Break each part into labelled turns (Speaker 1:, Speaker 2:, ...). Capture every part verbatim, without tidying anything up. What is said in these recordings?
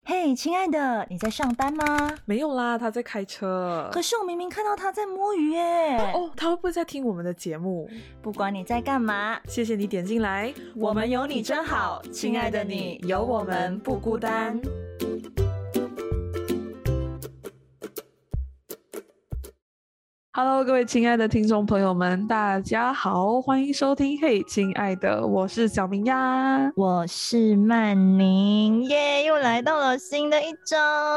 Speaker 1: 嘿，亲爱的，你在上班吗？
Speaker 2: 没有啦，他在开车。
Speaker 1: 可是我明明看到他在摸鱼耶。
Speaker 2: 哦，他会不会在听我们的节目？
Speaker 1: 不管你在干嘛，
Speaker 2: 谢谢你点进来。
Speaker 1: 我们有你真好，亲爱的你，有我们不孤单。
Speaker 2: Hello， 各位亲爱的听众朋友们，大家好，欢迎收听。嘿，亲爱的，我是小明呀，
Speaker 1: 我是曼宁，耶，又来到了新的一周，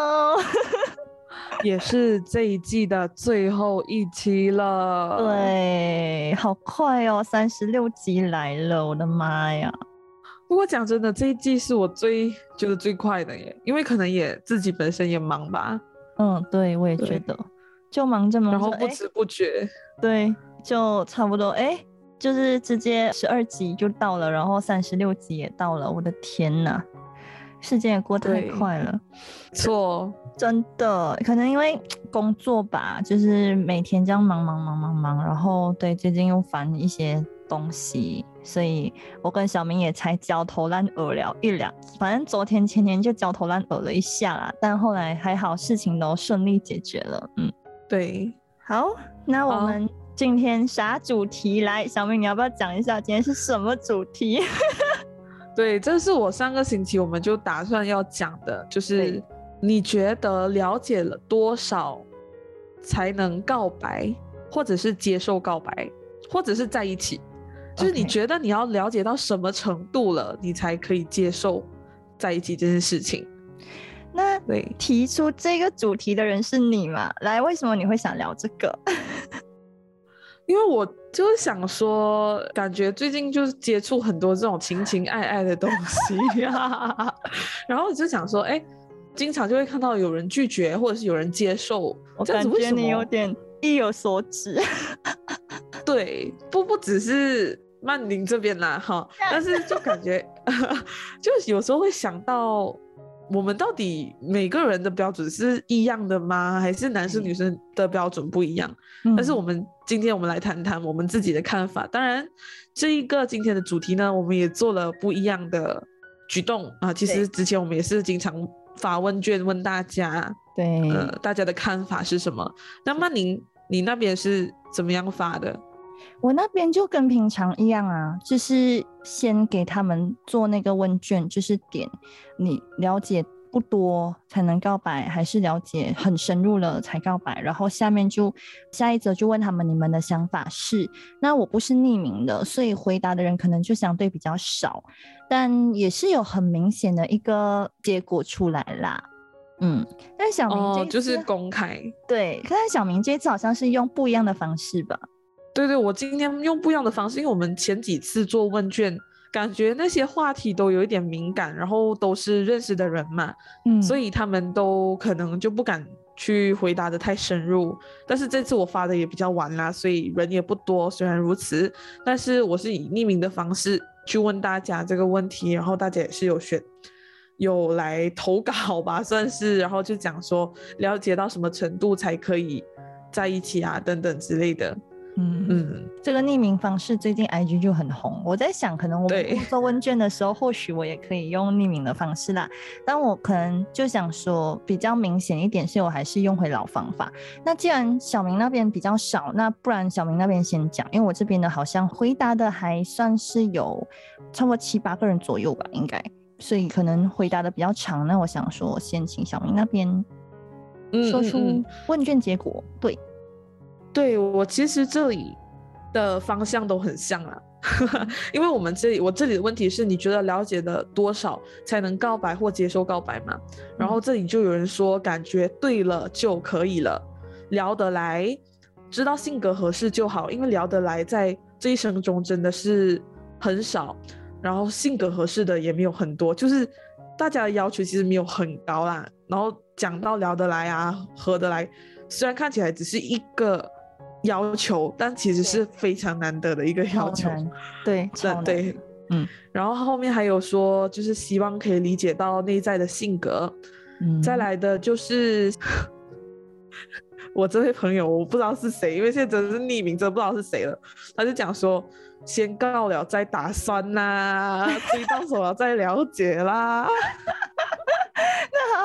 Speaker 2: 也是这一季的最后一期了。
Speaker 1: 对，好快哦，三十六集来了，我的妈呀！
Speaker 2: 不过讲真的，这一季是我最觉得最快的耶，因为可能也自己本身也忙吧。
Speaker 1: 嗯，对，我也觉得。就忙着忙着，
Speaker 2: 然后不知不觉，
Speaker 1: 对，就差不多，哎，就是直接十二集就到了，然后三十六集也到了，我的天哪，时间也过太快了。
Speaker 2: 错，
Speaker 1: 真的，可能因为工作吧，就是每天这样忙忙忙忙忙，然后对，最近又烦一些东西，所以我跟小明也才焦头烂额了一两，反正昨天前天就焦头烂额了一下啦，但后来还好，事情都顺利解决了，嗯。
Speaker 2: 对，
Speaker 1: 好，那我们今天啥主题来？小明，你要不要讲一下今天是什么主题？
Speaker 2: 对，这是我上个星期我们就打算要讲的，就是你觉得了解了多少才能告白，或者是接受告白，或者是在一起？就是你觉得你要了解到什么程度了，你才可以接受在一起这件事情？
Speaker 1: 那提出这个主题的人是你吗？来，为什么你会想聊这个？
Speaker 2: 因为我就是想说，感觉最近就是接触很多这种情情爱爱的东西啊，然后就想说，哎，经常就会看到有人拒绝，或者是有人接受，
Speaker 1: 我感觉你有点意有所指。
Speaker 2: 对，不不只是曼宁这边啦，哈，但是就感觉，就有时候会想到。我们到底每个人的标准是一样的吗？还是男生女生的标准不一样？嗯、但是我们今天我们来谈谈我们自己的看法。当然，这一个今天的主题呢，我们也做了不一样的举动啊。其实之前我们也是经常发问卷问大家，
Speaker 1: 对，
Speaker 2: 呃，大家的看法是什么？那曼宁，你那边是怎么样发的？
Speaker 1: 我那边就跟平常一样啊，就是先给他们做那个问卷，就是点你了解不多才能告白，还是了解很深入了才告白，然后下面就下一则就问他们你们的想法是，那我不是匿名的，所以回答的人可能就相对比较少，但也是有很明显的一个结果出来啦。嗯，但小明这次、
Speaker 2: 哦、就是公开，
Speaker 1: 对，但小明这次好像是用不一样的方式吧。
Speaker 2: 对对，我今天用不一样的方式，因为我们前几次做问卷，感觉那些话题都有一点敏感，然后都是认识的人嘛，嗯，所以他们都可能就不敢去回答的太深入。但是这次我发的也比较晚啦，所以人也不多。虽然如此，但是我是以匿名的方式去问大家这个问题，然后大家也是有选。有来投稿吧，算是，然后就讲说了解到什么程度才可以在一起啊，等等之类的。
Speaker 1: 嗯嗯，这个匿名方式最近 I G 就很红，我在想可能我们做问卷的时候或许我也可以用匿名的方式啦，但我可能就想说比较明显一点，所以我还是用回老方法。那既然小明那边比较少，那不然小明那边先讲，因为我这边的好像回答的还算是有差不多七八个人左右吧，应该，所以可能回答的比较长，那我想说先请小明那边说出问卷结果。嗯嗯嗯对
Speaker 2: 对，我其实这里的方向都很像啦因为我们这里我这里的问题是你觉得了解了多少才能告白或接受告白嘛，然后这里就有人说感觉对了就可以了，聊得来知道性格合适就好，因为聊得来在这一生中真的是很少，然后性格合适的也没有很多，就是大家的要求其实没有很高啦，然后讲到聊得来啊合得来，虽然看起来只是一个要求，但其实是非常难得的一个要求。
Speaker 1: 对，超难。
Speaker 2: 对，嗯。然后后面还有说，就是希望可以理解到内在的性格。嗯。再来的就是我这位朋友，我不知道是谁，因为现在真的是匿名，真的不知道是谁了。他就讲说，先告了再打算啦，追到手了再了解啦。
Speaker 1: 那好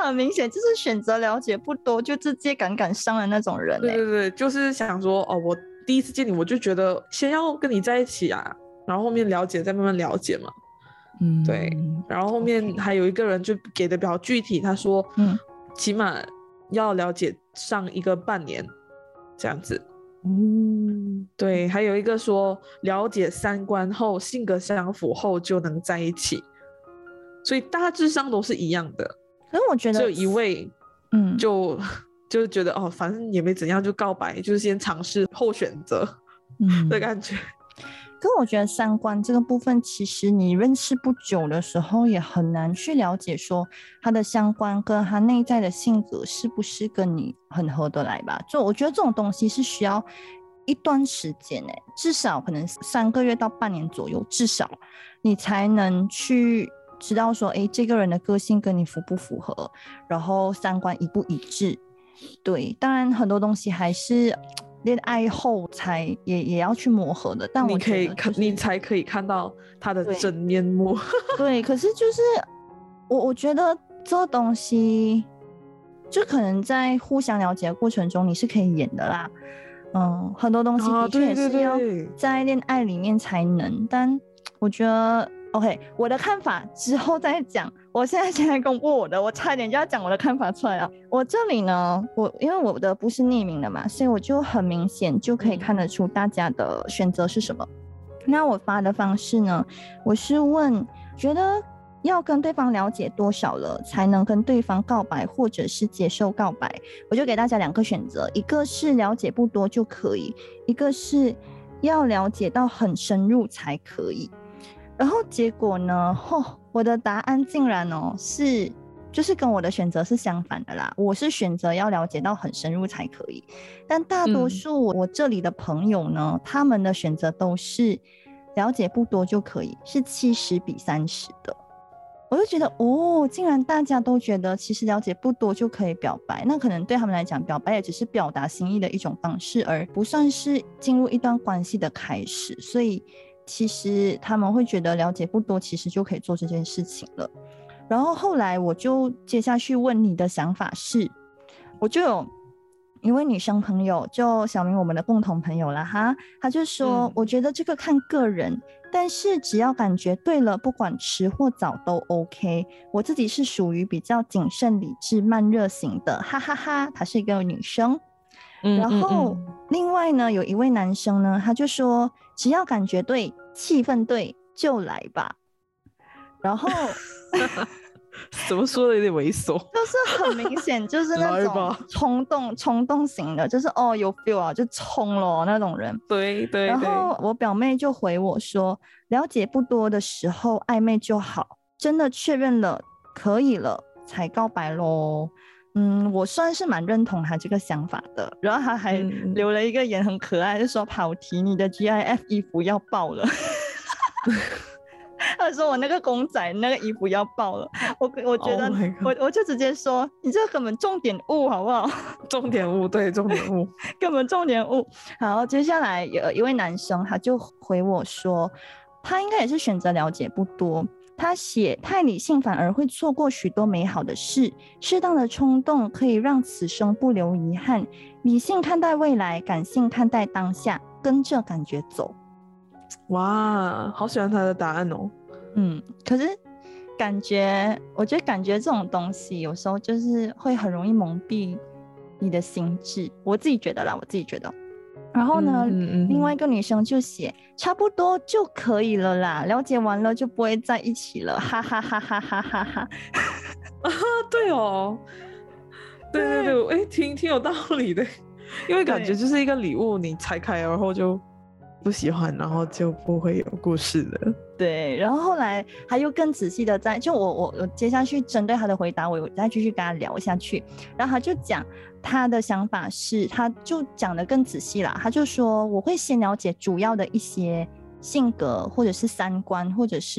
Speaker 1: 很明显就是选择了解不多就直接敢敢上的那种人、欸、
Speaker 2: 对对对，就是想说哦，我第一次见你我就觉得先要跟你在一起啊，然后后面了解再慢慢了解嘛。嗯，对，然后后面还有一个人就给的比较具体，他说嗯，起码要了解上一个半年这样子。嗯，对，还有一个说了解三观后性格相符后就能在一起，所以大致上都是一样的。
Speaker 1: 可是我觉得
Speaker 2: 只有一位嗯就就觉得哦反正也没怎样就告白，就是先尝试后选择的感觉。
Speaker 1: 可我觉得三观这个部分其实你认识不久的时候也很难去了解说他的三观跟他内在的性格是不是跟你很合得来吧。就我觉得这种东西是需要一段时间、欸、至少可能三个月到半年左右，至少你才能去知道说哎，这个人的个性跟你符不符合，然后三观一不一致。对，当然很多东西还是恋爱后才 也, 也要去磨合的，但我觉得、就是、
Speaker 2: 你可以你才可以看到他的真面目。
Speaker 1: 对, 对，可是就是我我觉得这东西就可能在互相了解的过程中你是可以演的啦。嗯，很多东西的确也是要在恋爱里面才能、啊、但我觉得 OK 我的看法之后再讲，我现在先来公布我的，我差点就要讲我的看法出来了。我这里呢，我因为我的不是匿名的嘛，所以我就很明显就可以看得出大家的选择是什么、嗯、那我发的方式呢，我是问觉得要跟对方了解多少了才能跟对方告白或者是接受告白，我就给大家两个选择，一个是了解不多就可以，一个是要了解到很深入才可以。然后结果呢、哦、我的答案竟然哦是就是跟我的选择是相反的啦，我是选择要了解到很深入才可以，但大多数我这里的朋友呢、嗯、他们的选择都是了解不多就可以，是七十比三十的。我就觉得哦，竟然大家都觉得其实了解不多就可以表白，那可能对他们来讲表白也只是表达心意的一种方式，而不算是进入一段关系的开始，所以其实他们会觉得了解不多其实就可以做这件事情了。然后后来我就接下去问你的想法是，我就有一位女生朋友，就小明我们的共同朋友啦哈，她就说、嗯、我觉得这个看个人，但是只要感觉对了，不管迟或早都 OK。 我自己是属于比较谨慎理智慢热型的，哈哈哈哈。她是一个女生。然后另外呢有一位男生呢，他就说只要感觉对气氛对就来吧。然后
Speaker 2: 怎么说的有点猥琐，
Speaker 1: 就是很明显就是那种冲动冲动型的，就是哦有 feel 啊就冲了那种人。
Speaker 2: 对对对。
Speaker 1: 然后我表妹就回我说了解不多的时候暧昧就好，真的确认了可以了才告白咯。嗯，我算是蛮认同他这个想法的。然后他还留了一个言很可爱，就说跑题你的 G I F 衣服要爆了。他说我那个公仔那个衣服要爆了，我我觉得、oh、我我就直接说你这根本重点误好不好？
Speaker 2: 重点误，对，重点误，
Speaker 1: 根本重点误。好，接下来有一位男生他就回我说他应该也是选择了解不多，他写太理性反而会错过许多美好的事，适当的冲动可以让此生不留遗憾，理性看待未来，感性看待当下，跟着感觉走。
Speaker 2: 哇，好喜欢他的答案哦。
Speaker 1: 嗯，可是感觉我觉得感觉这种东西有时候就是会很容易蒙蔽你的心智，我自己觉得啦，我自己觉得。然后呢、嗯嗯嗯、另外一个女生就写差不多就可以了啦，了解完了就不会在一起了，哈哈哈哈哈哈哈。
Speaker 2: 啊，对哦，对对对，哎，挺挺有道理的，因为感觉就是一个礼物，你拆开然后就不喜欢，然后就不会有故事的。
Speaker 1: 对，然后后来他又更仔细的在，就我我我接下去针对他的回答，我有再继续跟他聊下去。然后他就讲他的想法是，他就讲得更仔细啦。他就说我会先了解主要的一些性格，或者是三观，或者是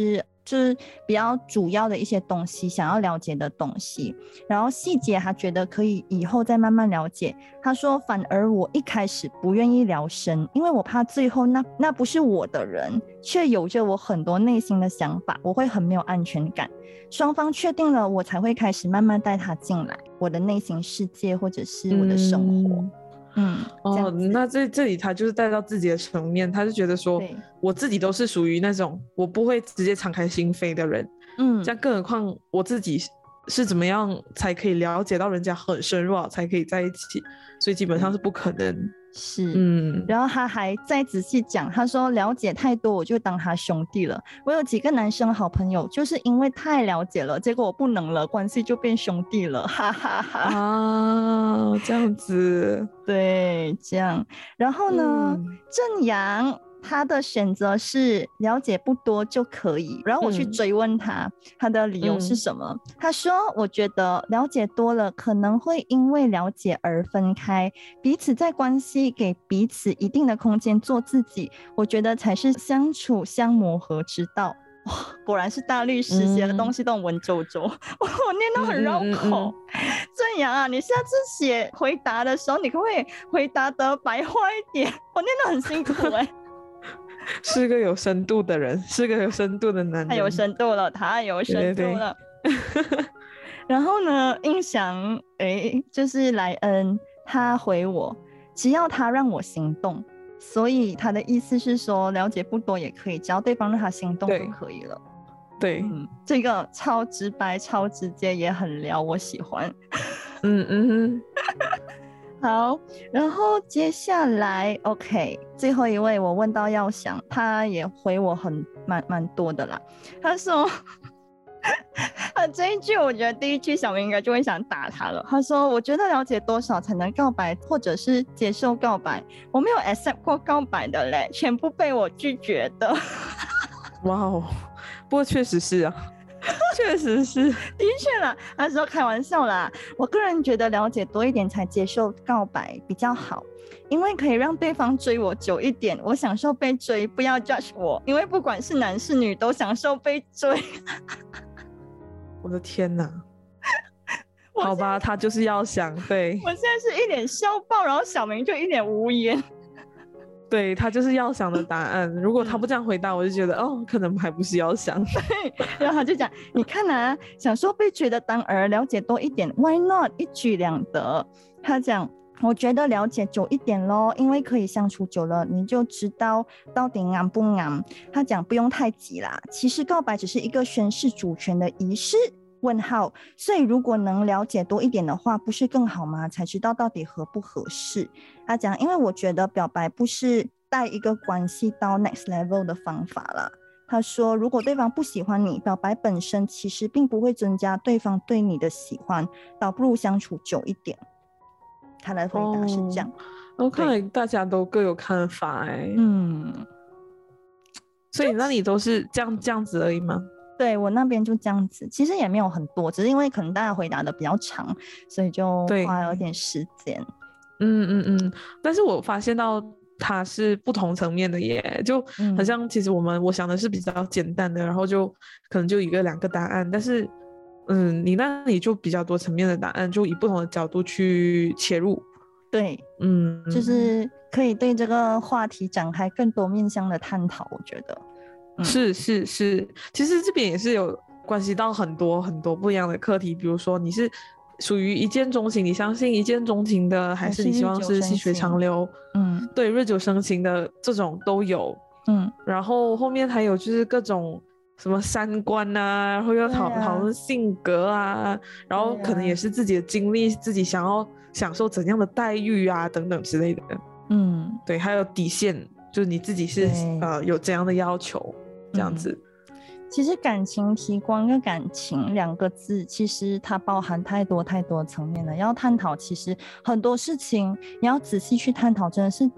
Speaker 1: 就是比较主要的一些东西，想要了解的东西，然后细节他觉得可以以后再慢慢了解。他说反而我一开始不愿意聊深，因为我怕最后那那不是我的人，却有着我很多内心的想法，我会很没有安全感。双方确定了，我才会开始慢慢带他进来我的内心世界或者是我的生活。嗯嗯，
Speaker 2: 哦，那这这里他就是带到自己的层面，他就觉得说我自己都是属于那种我不会直接敞开心扉的人，嗯，这样更何况我自己是怎么样才可以了解到人家很深入才可以在一起，所以基本上是不可能。
Speaker 1: 是，嗯，然后他还再仔细讲，他说了解太多我就当他兄弟了。我有几个男生好朋友，就是因为太了解了，结果我不能了，关系就变兄弟了，哈哈哈。
Speaker 2: 啊，这样子，
Speaker 1: 对，这样。然后呢，嗯、正阳他的选择是了解不多就可以，然后我去追问他、嗯、他的理由是什么、嗯、他说我觉得了解多了可能会因为了解而分开，彼此在关系给彼此一定的空间做自己，我觉得才是相处相磨合之道。哇，果然是大律师写的东西都很文绉绉、嗯、我念到很绕口。正阳啊，你下次写回答的时候你可不可以回答得白话一点，我念得很辛苦哎、欸。
Speaker 2: 是个有深度的人，是个有深度的男人，
Speaker 1: 太有深度了，太有深度了。对对对然后呢，印象哎，就是莱恩他回我，只要他让我行动，所以他的意思是说，了解不多也可以，只要对方让他行动就可以了。
Speaker 2: 对，
Speaker 1: 嗯，这个超直白、超直接，也很撩，我喜欢。
Speaker 2: 嗯嗯哼。
Speaker 1: 好，然后接下来 OK 最后一位我问到耀翔，他也回我很蛮蛮多的啦。他说他这一句我觉得第一句小明应该就会想打他了。他说我觉得了解多少才能告白或者是接受告白，我没有 accept 过告白的嘞，全部被我拒绝的。
Speaker 2: 哇哦，不过确实是啊，确实是，的
Speaker 1: 确啦，他说开玩笑啦。我个人觉得了解多一点才接受告白比较好，因为可以让对方追我久一点，我享受被追，不要 judge 我，因为不管是男是女都享受被追。
Speaker 2: 我的天哪！好吧，他就是要想，对，
Speaker 1: 我现在是一脸笑爆，然后小明就一脸无言。
Speaker 2: 对，他就是要想的答案，如果他不这样回答我就觉得哦，可能还不是要想。
Speaker 1: 对，然后他就讲你看啊，享受被追的当儿，了解多一点 Why not 一举两得。他讲我觉得了解久一点咯，因为可以相处久了你就知道到底啱不啱。他讲不用太急啦，其实告白只是一个宣示主权的仪式问号，所以如果能了解多一点的话不是更好吗？才知道到底合不合适。他讲因为我觉得表白不是带一个关系到 next level 的方法啦。他说如果对方不喜欢你，表白本身其实并不会增加对方对你的喜欢，倒不如相处久一点。他的回答是这样。
Speaker 2: 我看来大家都各有看法哎、欸。
Speaker 1: 嗯，
Speaker 2: 所以那你都是这样这样子而已吗？
Speaker 1: 对，我那边就这样子，其实也没有很多，只是因为可能大家回答的比较长，所以就花了点时间。
Speaker 2: 嗯嗯嗯，但是我发现到它是不同层面的耶，就好像其实我们、嗯、我想的是比较简单的，然后就可能就一个两个答案，但是嗯，你那里就比较多层面的答案，就以不同的角度去切入。
Speaker 1: 对，嗯，就是可以对这个话题展开更多面向的探讨，我觉得。
Speaker 2: 嗯、是是是，其实这边也是有关系到很多很多不一样的课题，比如说你是属于一见钟情，你相信一见钟情的，还是你希望是细水长流？嗯，对，日久生情的这种都有。嗯，然后后面还有就是各种什么三观啊，然后又讨讨论性格啊，然后可能也是自己的经历，自己想要享受怎样的待遇啊等等之类的。嗯，对，还有底线，就是你自己是呃有怎样的要求。这样子、嗯、
Speaker 1: 其实感情提光跟感情两个字其实它包含太多太多层面了，要探讨其实很多事情你要仔细去探讨真的是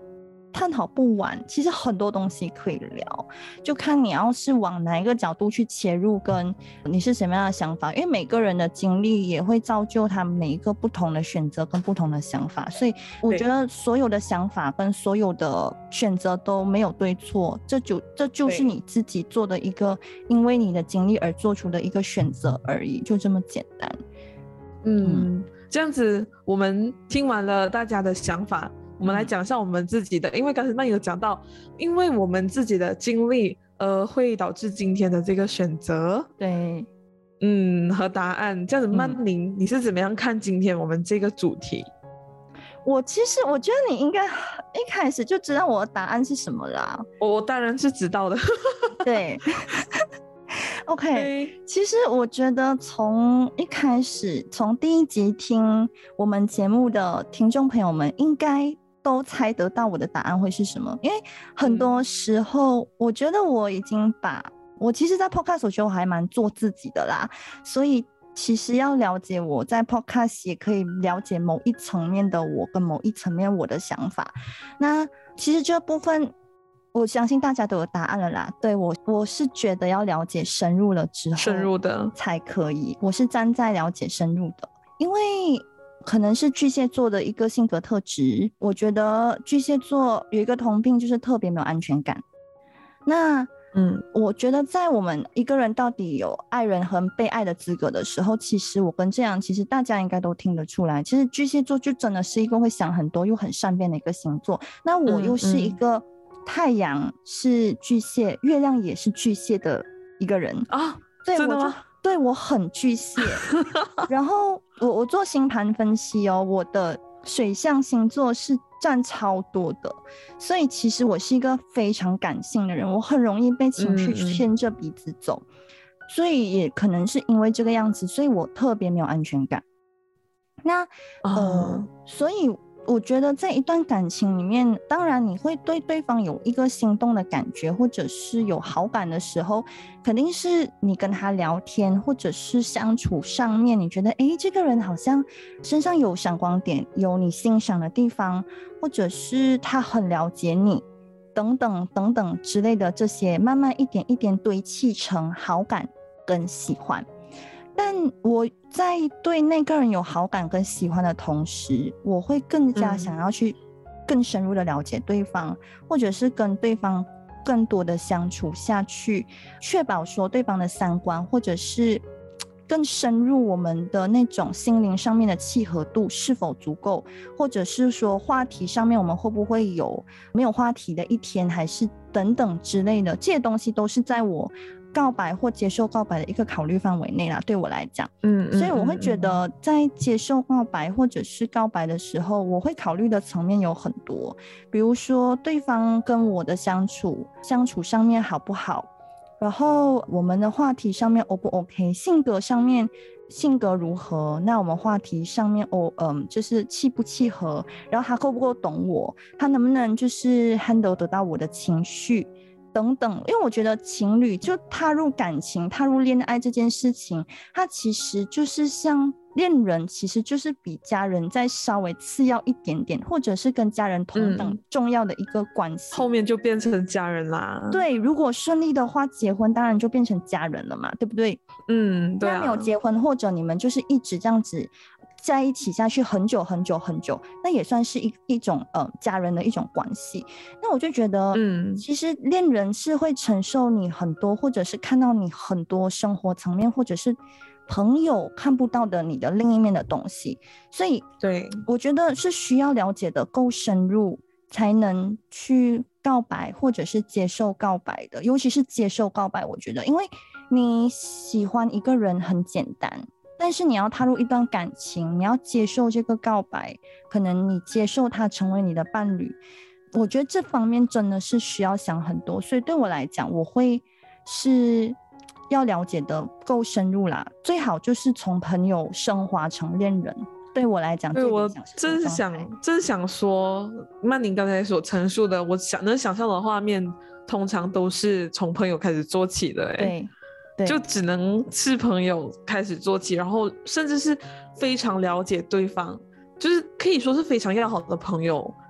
Speaker 1: 探讨不完，其实很多东西可以聊，就看你要是往哪一个角度去切入，跟你是什么样的想法，因为每个人的经历也会造就他每一个不同的选择跟不同的想法，所以我觉得所有的想法跟所有的选择都没有对错，这就这就是你自己做的一个因为你的经历而做出的一个选择而已，就这么简单。
Speaker 2: 嗯, 嗯这样子我们听完了大家的想法，我们来讲一下我们自己的、嗯、因为刚才曼妮有讲到，因为我们自己的经历呃，会导致今天的这个选择，
Speaker 1: 对，
Speaker 2: 嗯，和答案。这样子曼妮、嗯、你是怎么样看今天我们这个主题？
Speaker 1: 我其实我觉得你应该一开始就知道我的答案是什么啦。
Speaker 2: 我, 我当然是知道的
Speaker 1: 对OK， 其实我觉得从一开始，从第一集听我们节目的听众朋友们应该都猜得到我的答案会是什么，因为很多时候我觉得我已经把我其实在 podcast 我觉得我还蛮做自己的啦，所以其实要了解我在 podcast 也可以了解某一层面的我跟某一层面我的想法，那其实这部分我相信大家都有答案了啦。对，我我是觉得要了解深入了之后
Speaker 2: 深入的
Speaker 1: 才可以，我是站在了解深入的，因为可能是巨蟹座的一个性格特质，我觉得巨蟹座有一个通病就是特别没有安全感。那嗯，我觉得在我们一个人到底有爱人和被爱的资格的时候，其实我跟这样其实大家应该都听得出来，其实巨蟹座就真的是一个会想很多又很善变的一个星座。那我又是一个、嗯嗯太阳是巨蟹，月亮也是巨蟹的一个人
Speaker 2: 啊，
Speaker 1: 对，
Speaker 2: 真的吗？
Speaker 1: 我就对我很巨蟹。然后我我做星盘分析哦，我的水象星座是占超多的，所以其实我是一个非常感性的人，我很容易被情绪牵着鼻子走、嗯嗯，所以也可能是因为这个样子，所以我特别没有安全感。那呃、哦，所以。我觉得在一段感情里面，当然你会对对方有一个心动的感觉，或者是有好感的时候，肯定是你跟他聊天或者是相处上面，你觉得诶这个人好像身上有闪光点，有你欣赏的地方，或者是他很了解你等等等等之类的，这些慢慢一点一点堆砌成好感跟喜欢。但我在对那个人有好感跟喜欢的同时，我会更加想要去更深入的了解对方、嗯、或者是跟对方更多的相处下去，确保说对方的三观或者是更深入我们的那种心灵上面的契合度是否足够，或者是说话题上面我们会不会有没有话题的一天，还是等等之类的，这些东西都是在我告白或接受告白的一个考虑范围内啦，对我来讲，嗯，所以我会觉得在接受告白或者是告白的时候，我会考虑的层面有很多，比如说对方跟我的相处相处上面好不好，然后我们的话题上面 O 不 OK， 性格上面性格如何，那我们话题上面哦，嗯，就是契不契合，然后他够不够懂我，他能不能就是 handle 得到我的情绪等等，因为我觉得情侣就踏入感情踏入恋爱这件事情，它其实就是像恋人，其实就是比家人再稍微次要一点点，或者是跟家人同等重要的一个关系、嗯、
Speaker 2: 后面就变成家人啦。
Speaker 1: 对，如果顺利的话结婚当然就变成家人了嘛，对不对？
Speaker 2: 嗯，对啊。
Speaker 1: 那没有结婚或者你们就是一直这样子在一起下去很久很久很久，那也算是 一, 一种呃家人的一种关系。那我就觉得嗯，其实恋人是会承受你很多，或者是看到你很多生活层面，或者是朋友看不到的你的另一面的东西，所以
Speaker 2: 对，
Speaker 1: 我觉得是需要了解的够深入才能去告白或者是接受告白的，尤其是接受告白。我觉得因为你喜欢一个人很简单，但是你要踏入一段感情，你要接受这个告白，可能你接受他成为你的伴侣，我觉得这方面真的是需要想很多。所以对我来讲，我会是要了解的够深入啦，最好就是从朋友升华成恋人。对我来讲，
Speaker 2: 对，我真是想真是想说曼宁刚才所陈述的，我想能想象的画面通常都是从朋友开始做起的、欸、对，就只能是朋友开始做起，然后甚至是非常了解对方，就是可以说是非常要好的朋友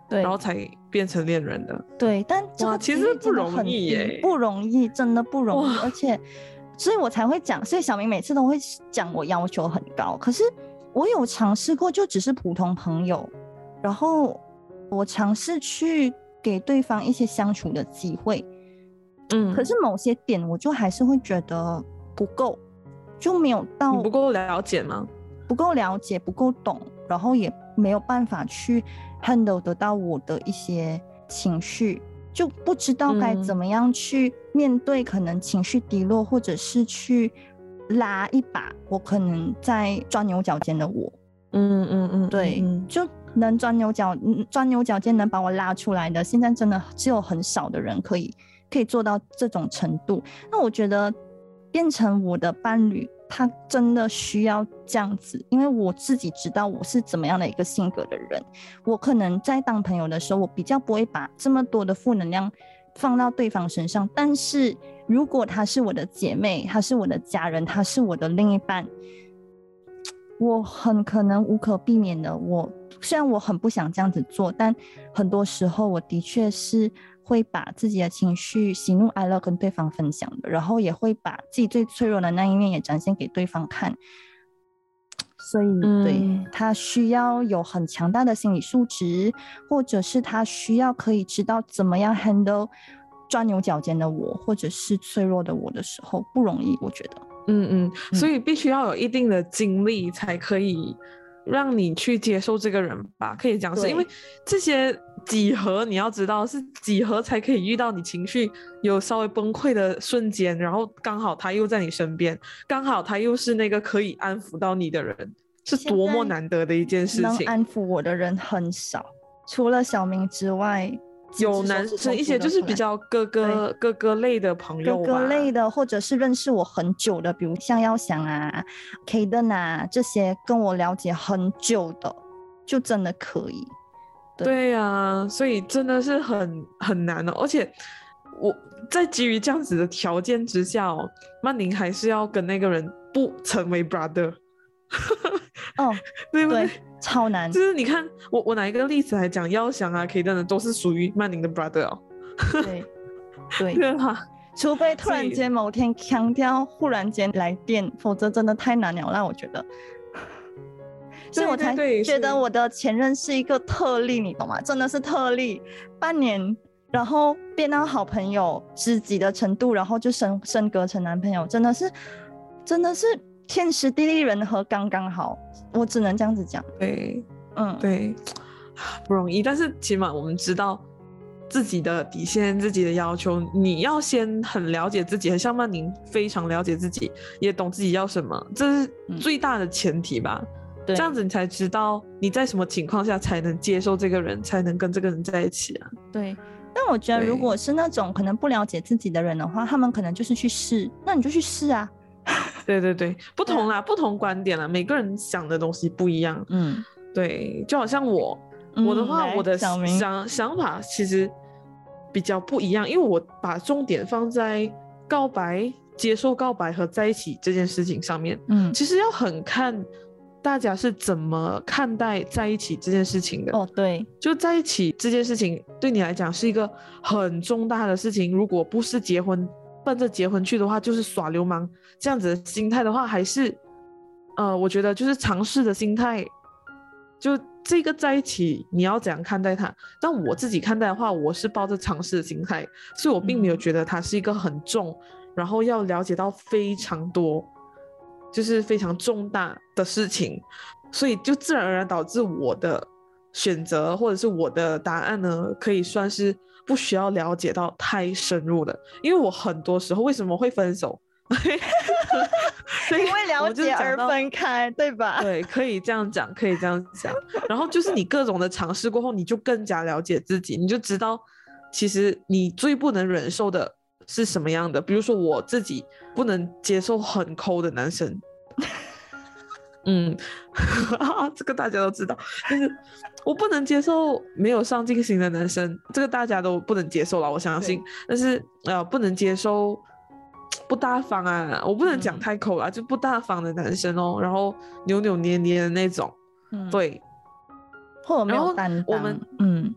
Speaker 1: 对，
Speaker 2: 然后才变成恋人的。
Speaker 1: 对，但这个
Speaker 2: 其实不容易耶，
Speaker 1: 不容易，真的不容易，而且，所以我才会讲，所以小明每次都会讲我要求很高，可是我有尝试过，就只是普通朋友，然后我尝试去给对方一些相处的机会，嗯，可是某些点我就还是会觉得不够，就没有到，
Speaker 2: 你不够了解吗？
Speaker 1: 不够了解，不够懂，然后也没有办法去 handle 得到我的一些情绪，就不知道该怎么样去面对可能情绪低落，或者是去拉一把我可能在钻牛角尖的我。
Speaker 2: 嗯嗯嗯，
Speaker 1: 对，就能钻牛角钻牛角尖能把我拉出来的，现在真的只有很少的人可以可以做到这种程度。那我觉得变成我的伴侣，他真的需要这样子，因为我自己知道我是怎么样的一个性格的人，我可能在当朋友的时候，我比较不会把这么多的负能量放到对方身上，但是如果她是我的姐妹，她是我的家人，她是我的另一半，我很可能无可避免的，我虽然我很不想这样子做，但很多时候我的确是会把自己的情绪喜怒哀乐跟对方分享的，然后也会把自己最脆弱的那一面也展现给对方看，所以、嗯、对，他需要有很强大的心理素质，或者是他需要可以知道怎么样 handle 钻牛角尖的我，或者是脆弱的我的时候，不容易，我觉得。
Speaker 2: 嗯嗯，所以必须要有一定的经历才可以让你去接受这个人吧，可以讲是因为这些几何你要知道是几何才可以遇到你情绪有稍微崩溃的瞬间，然后刚好他又在你身边，刚好他又是那个可以安抚到你的人，是多么难得的一件事情。
Speaker 1: 能安抚我的人很少，除了小明之外，
Speaker 2: 有男生一些就是比较哥哥哥哥类的朋友吧，
Speaker 1: 哥哥类的，或者是认识我很久的，比如像耀翔啊 Kaden 啊，这些跟我了解很久的就真的可以。
Speaker 2: 对, 对啊，所以真的是很很难哦。而且我在基于这样子的条件之下哦，曼宁还是要跟那个人不成为 brother
Speaker 1: 哦，
Speaker 2: 对不对？
Speaker 1: 对，超难。
Speaker 2: 就是你看我我拿一个例子来讲，耀翔啊 Kaden 的都是属于曼宁的 brother 哦。
Speaker 1: 对对对啊，除非突然间某天强调忽然间来电，否则真的太难了，让我觉得。所以我才觉得我的前任是一个特例，你懂吗？真的是特例，半年然后变到好朋友知己的程度，然后就升升格成男朋友，真的是真的是天时地利人和刚刚好，我只能这样子讲。
Speaker 2: 对，嗯，对，不容易，但是起码我们知道自己的底线，自己的要求，你要先很了解自己，很像曼宁非常了解自己，也懂自己要什么，这是最大的前提吧。嗯，这样子你才知道你在什么情况下才能接受这个人，才能跟这个人在一起啊。
Speaker 1: 对，但我觉得如果是那种可能不了解自己的人的话，他们可能就是去试，那你就去试啊。
Speaker 2: 对对对，不同啦，不同观点啦，每个人想的东西不一样。嗯，对，就好像我我的话，嗯，我的想想法其实比较不一样，因为我把重点放在告白、接受告白和在一起这件事情上面。嗯，其实要很看大家是怎么看待在一起这件事情的。
Speaker 1: 哦，对，
Speaker 2: 就在一起这件事情对你来讲是一个很重大的事情，如果不是结婚奔着结婚去的话，就是耍流氓这样子的心态的话，还是呃，我觉得就是尝试的心态，就这个在一起你要怎样看待它。但我自己看待的话，我是抱着尝试的心态，所以我并没有觉得它是一个很重，嗯，然后要了解到非常多就是非常重大的事情，所以就自然而然导致我的选择或者是我的答案呢，可以算是不需要了解到太深入的。因为我很多时候为什么会分手
Speaker 1: 因为了解而分开，对吧？
Speaker 2: 对，可以这样讲，可以这样讲。然后就是你各种的尝试过后，你就更加了解自己，你就知道其实你最不能忍受的是什么样的。比如说我自己不能接受很抠的男生嗯这个大家都知道，就是我不能接受没有上进心的男生，这个大家都不能接受了，我相信。但是呃，不能接受不大方啊，我不能讲太抠啦，嗯，就不大方的男生哦，然后扭扭捏捏的那种。嗯，对，
Speaker 1: 或者没有担当。
Speaker 2: 我们
Speaker 1: 嗯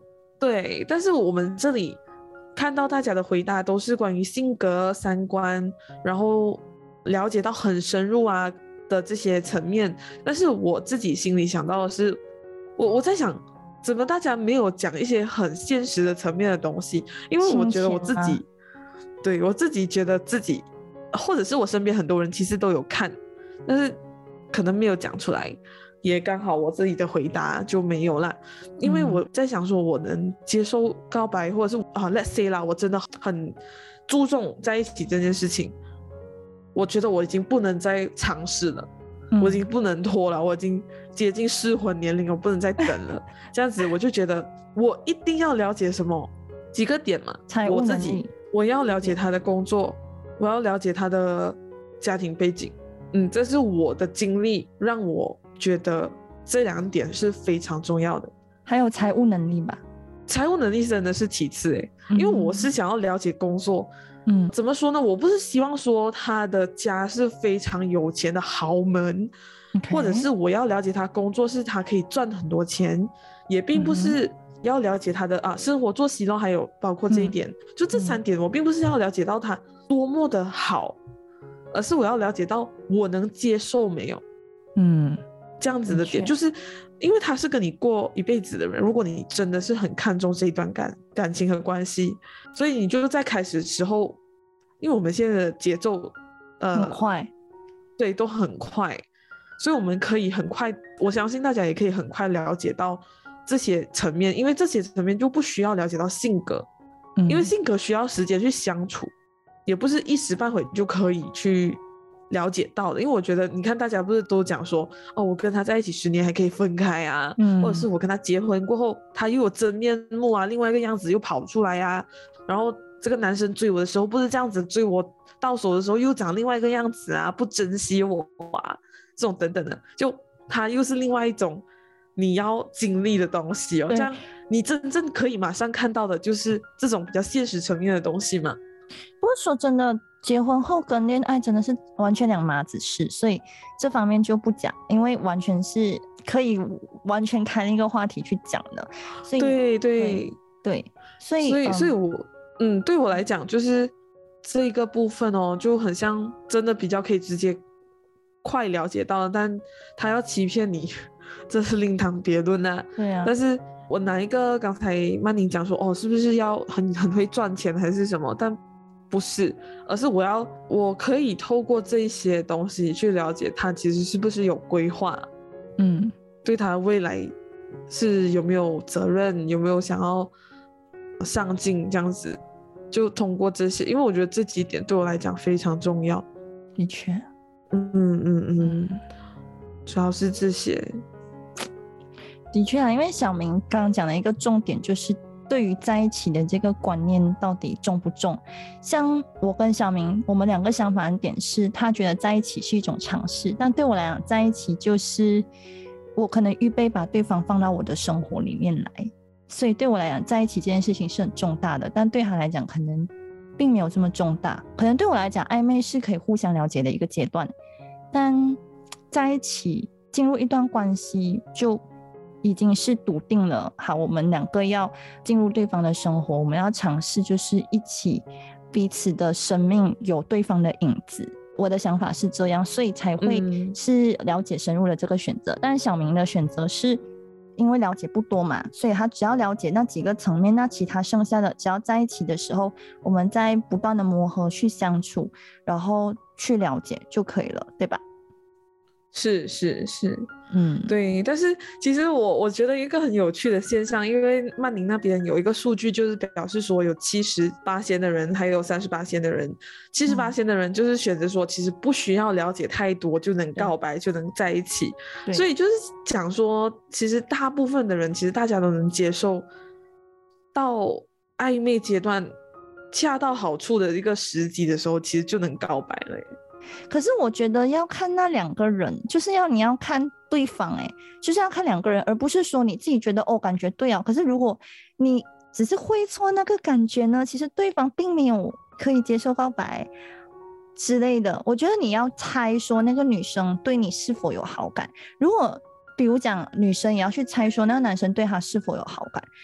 Speaker 2: 对，但是我们这里看到大家的回答都是关于性格、三观，然后了解到很深入啊的这些层面，但是我自己心里想到的是，我我在想，怎么大家没有讲一些很现实的层面的东西？因为我觉得我自己，对我自己觉得自己，或者是我身边很多人其实都有看，但是可能没有讲出来。也刚好我自己的回答就没有啦，因为我在想说我能接受告白，或者是啊 let's say 啦，我真的很注重在一起这件事情，我觉得我已经不能再尝试了、嗯、我已经不能拖了，我已经接近适婚年龄，我不能再等了这样子我就觉得我一定要了解什么几个点嘛，我自己我要了解他的工作，我要了解他的家庭背景，嗯，这是我的经历让我觉得这两点是非常重要的，
Speaker 1: 还有财务能力吧。
Speaker 2: 财务能力真的是其次哎、嗯，因为我是想要了解工作，嗯，怎么说呢？我不是希望说他的家是非常有钱的豪门， okay. 或者是我要了解他工作是他可以赚很多钱，也并不是要了解他的、嗯、啊生活作息咯，还有包括这一点、嗯，就这三点，我并不是要了解到他多么的好，而是我要了解到我能接受没有，嗯。这样子的点，就是因为他是跟你过一辈子的人，如果你真的是很看重这一段感感情和关系，所以你就在开始的时候，因为我们现在的节奏呃
Speaker 1: 很快，
Speaker 2: 对，都很快，所以我们可以很快，我相信大家也可以很快了解到这些层面，因为这些层面就不需要了解到性格、嗯、因为性格需要时间去相处，也不是一时半会就可以去了解到的，因为我觉得你看大家不是都讲说哦，我跟他在一起十年还可以分开啊、嗯、或者是我跟他结婚过后他又有真面目啊，另外一个样子又跑出来啊，然后这个男生追我的时候不是这样子追我，到手的时候又长另外一个样子啊，不珍惜我啊，这种等等的，就他又是另外一种你要经历的东西哦，这样你真正可以马上看到的就是这种比较现实层面的东西嘛。
Speaker 1: 不过说真的，结婚后跟恋爱真的是完全两码子事，所以这方面就不讲，因为完全是可以完全开一个话题去讲的。所以
Speaker 2: 对对
Speaker 1: 对, 对，所以
Speaker 2: 所以、嗯、所以我嗯，对我来讲就是这一个部分哦，就很像真的比较可以直接快了解到，但他要欺骗你，这是另当别论啊。
Speaker 1: 对啊，
Speaker 2: 但是我拿一个刚才曼宁讲说哦，是不是要很很会赚钱还是什么？但不是，而是我要我可以透过这些东西去了解他其实是不是有规划，嗯，对他未来是有没有责任，有没有想要上进这样子，就通过这些，因为我觉得这几点对我来讲非常重要。
Speaker 1: 的确，
Speaker 2: 嗯嗯嗯嗯，主要是这些。
Speaker 1: 的确啊，因为小明刚刚讲的一个重点就是对于在一起的这个观念到底重不重。像我跟小明我们两个相反的点是，他觉得在一起是一种尝试，但对我来讲在一起就是我可能预备把对方放到我的生活里面来，所以对我来讲在一起这件事情是很重大的，但对他来讲可能并没有这么重大。可能对我来讲暧昧是可以互相了解的一个阶段，但在一起进入一段关系就已经是笃定了，好，我们两个要进入对方的生活，我们要尝试就是一起彼此的生命有对方的影子，我的想法是这样，所以才会是了解深入的这个选择、嗯、但小明的选择是因为了解不多嘛，所以他只要了解那几个层面，那其他剩下的只要在一起的时候我们在不断的磨合去相处，然后去了解就可以了，对吧？
Speaker 2: 是是是，
Speaker 1: 嗯，
Speaker 2: 对。但是其实我我觉得一个很有趣的现象，因为曼宁那边有一个数据，就是表示说有七十八仙的人，还有三十八仙的人，七十八仙的人就是选择说，其实不需要了解太多就能告白，就能在一起。所以就是讲说，其实大部分的人，其实大家都能接受到暧昧阶段恰到好处的一个时机的时候，其实就能告白了耶。
Speaker 1: 可是我觉得要看那两个人，就是要你要看对方，哎，就是要看两个人，而不是说你自己觉得哦感觉对啊，可是如果你只是会错那个感觉呢，其实对方并没有可以接受告白之类的。我觉得你要猜说那个女生对你是否有好感，如果比如讲女生也要去猜说那个男生对她是否有好感，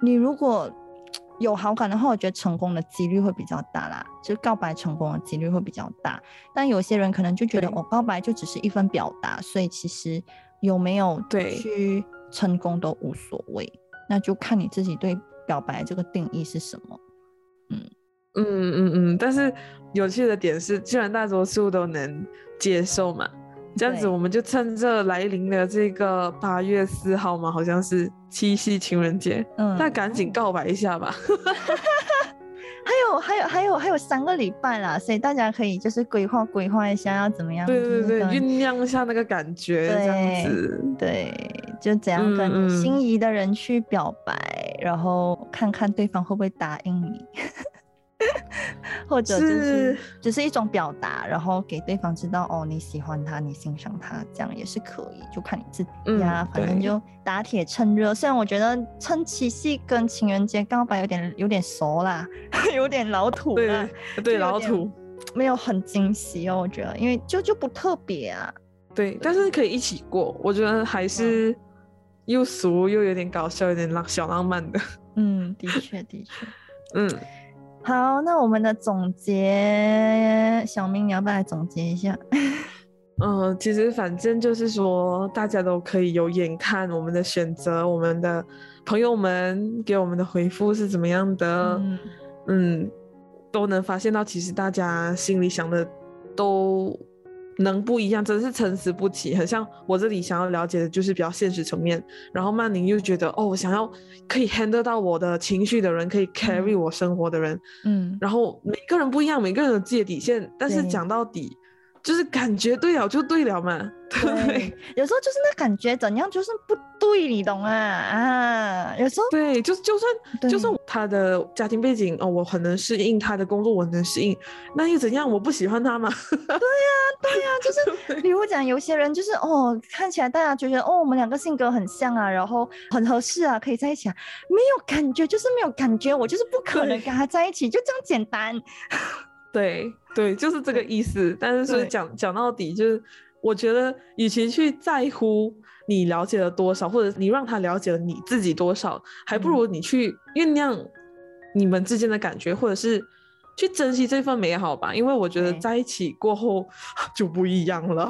Speaker 1: 你如果有好感的话，我觉得成功的几率会比较大啦，就告白成功的几率会比较大。但有些人可能就觉得哦，告白就只是一份表达，所以其实有没有去成功都无所谓，那就看你自己对表白这个定义是什么。嗯
Speaker 2: 嗯嗯嗯，但是有趣的点是，既然大多数都能接受嘛，这样子我们就趁着来临的这个八月四号嘛，好像是七夕情人节，嗯，那赶紧告白一下吧。
Speaker 1: 还有还有还有还有三个礼拜啦，所以大家可以就是规划规划一下要怎么样，
Speaker 2: 对对对，酝酿一下那个感觉，这样子，
Speaker 1: 对，就怎样跟心仪的人去表白，嗯嗯，然后看看对方会不会答应你。或者就是只是一种表达，然后给对方知道哦，你喜欢他，你欣赏他，这样也是可以，就看你自己呀、嗯。反正就打铁趁热。虽然我觉得趁七夕跟情人节告白有点有点熟啦，有点老土啦，
Speaker 2: 对对，老土，
Speaker 1: 没有很惊喜哦，我觉得，因为就就不特别啊。
Speaker 2: 对，但是可以一起过，我觉得还是又俗又有点搞笑，有点小浪漫的。
Speaker 1: 嗯，的确的确，
Speaker 2: 嗯。
Speaker 1: 好，那我们的总结，小明你要不要来总结一下？
Speaker 2: 嗯、呃，其实反正就是说，大家都可以有眼看我们的选择，我们的朋友们给我们的回复是怎么样的，嗯，嗯都能发现到，其实大家心里想的都能不一样，真的是参差不齐。很像我这里想要了解的就是比较现实层面，然后曼宁又觉得哦，我想要可以 handle 到我的情绪的人，可以 carry 我生活的人，嗯，然后每个人不一样，每个人有自己的底线，但是讲到底就是感觉对了就对了嘛。对，
Speaker 1: 对，有时候就是那感觉怎样就是不对，你懂啊？啊，有时候
Speaker 2: 对，就就算就算他的家庭背景哦，我很能适应他的工作，我能适应，那又怎样？我不喜欢他嘛？对
Speaker 1: 呀，对呀，就是比如讲，有些人就是哦，看起来大家觉得哦，我们两个性格很像啊，然后很合适啊，可以在一起啊，没有感觉就是没有感觉，我就是不可能跟他在一起，就这样简单。
Speaker 2: 对对，就是这个意思。但是说讲讲到底，就是我觉得，与其去在乎你了解了多少，或者你让他了解了你自己多少，还不如你去酝酿你们之间的感觉，或者是去珍惜这份美好吧。因为我觉得在一起过后就不一样了。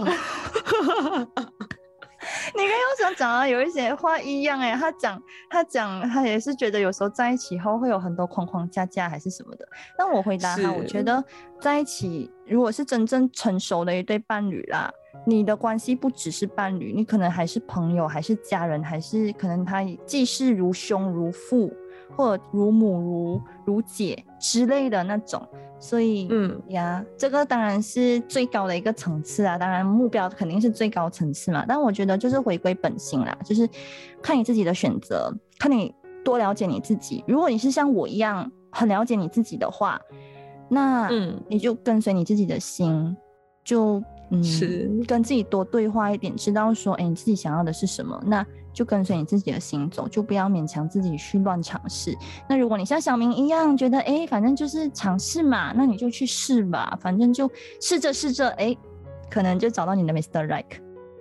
Speaker 1: 你跟佑想讲的有一些话一样哎、欸，他讲他讲他也是觉得有时候在一起后会有很多框框架架还是什么的。但我回答他，我觉得在一起如果是真正成熟的一对伴侣啦，你的关系不只是伴侣，你可能还是朋友，还是家人，还是可能他既是如兄如父，或者如母如如姐之类的那种。所以嗯呀，这个当然是最高的一个层次啊，当然目标肯定是最高层次嘛。但我觉得就是回归本心啦，就是看你自己的选择，看你多了解你自己。如果你是像我一样很了解你自己的话，那你就跟随你自己的心，就嗯是跟自己多对话一点，知道说哎你自己想要的是什么，那就跟随你自己的心走，就不要勉强自己去乱尝试。那如果你像小明一样觉得哎反正就是尝试嘛，那你就去试吧，反正就试着试着哎可能就找到你的 Mister Right 呀、yeah 。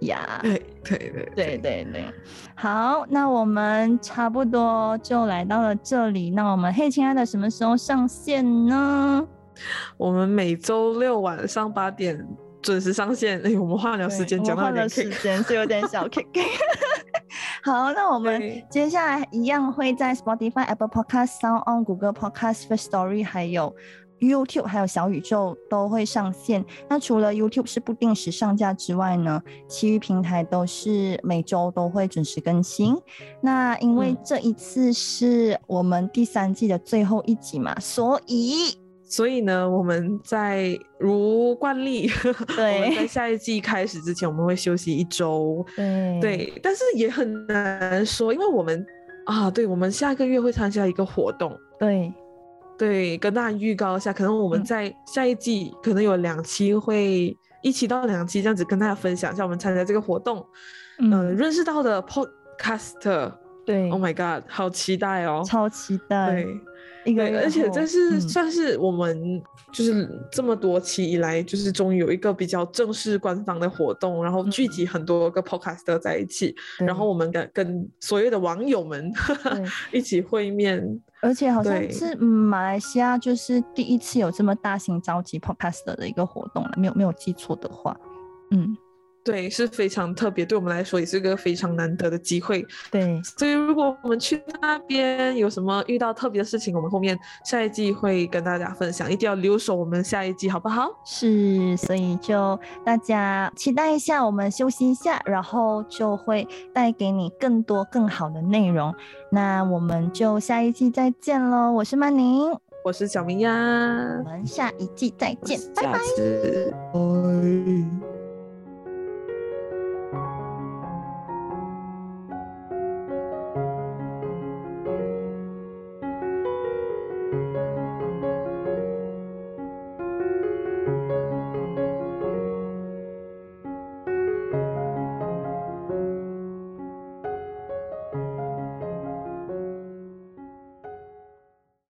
Speaker 2: 对对对
Speaker 1: 对对对，好，那我们差不多就来到了这里。那我们嘿亲爱的什么时候上线呢？
Speaker 2: 我们每周六晚上八点准时上线。哎，我们换了时间，讲到有点 kick，
Speaker 1: 我们换了时间是有点小 kick。好，那我们接下来一样会在 Spotify、Apple Podcast、SoundOn、Google Podcast、Firstory 还有 YouTube 还有小宇宙都会上线。那除了 YouTube 是不定时上架之外呢，其余平台都是每周都会准时更新。那因为这一次是我们第三季的最后一集嘛，所以
Speaker 2: 所以呢，我们在如惯例，对，我们在下一季开始之前，我们会休息一周。
Speaker 1: 对，
Speaker 2: 对，但是也很难说，因为我们啊，对，我们下个月会参加一个活动。
Speaker 1: 对，
Speaker 2: 对，跟大家预告一下，可能我们在下一季、嗯、可能有两期会一期到两期这样子跟大家分享一下我们参加这个活动，嗯，呃、认识到的 podcaster。
Speaker 1: 对
Speaker 2: ，Oh my god， 好期待哦，
Speaker 1: 超期待。
Speaker 2: 对。
Speaker 1: 一个月后，
Speaker 2: 而且这是、
Speaker 1: 嗯、
Speaker 2: 算是我们就是这么多期以来，就是终于有一个比较正式官方的活动，然后聚集很多个 podcaster 在一起，
Speaker 1: 嗯、
Speaker 2: 然后我们跟跟所有的网友们一起会面。
Speaker 1: 而且好像是、嗯、马来西亚就是第一次有这么大型召集 podcaster 的一个活动了，没有没有记错的话，嗯。
Speaker 2: 对，是非常特别，对我们来说也是一个非常难得的机会。
Speaker 1: 对，
Speaker 2: 所以如果我们去那边有什么遇到特别的事情，我们后面下一季会跟大家分享，一定要留守我们下一季，好不好？
Speaker 1: 是，所以就大家期待一下，我们休息一下，然后就会带给你更多更好的内容。那我们就下一季再见咯，我是曼宁，
Speaker 2: 我是小明呀，
Speaker 1: 我们下一季再见，拜拜。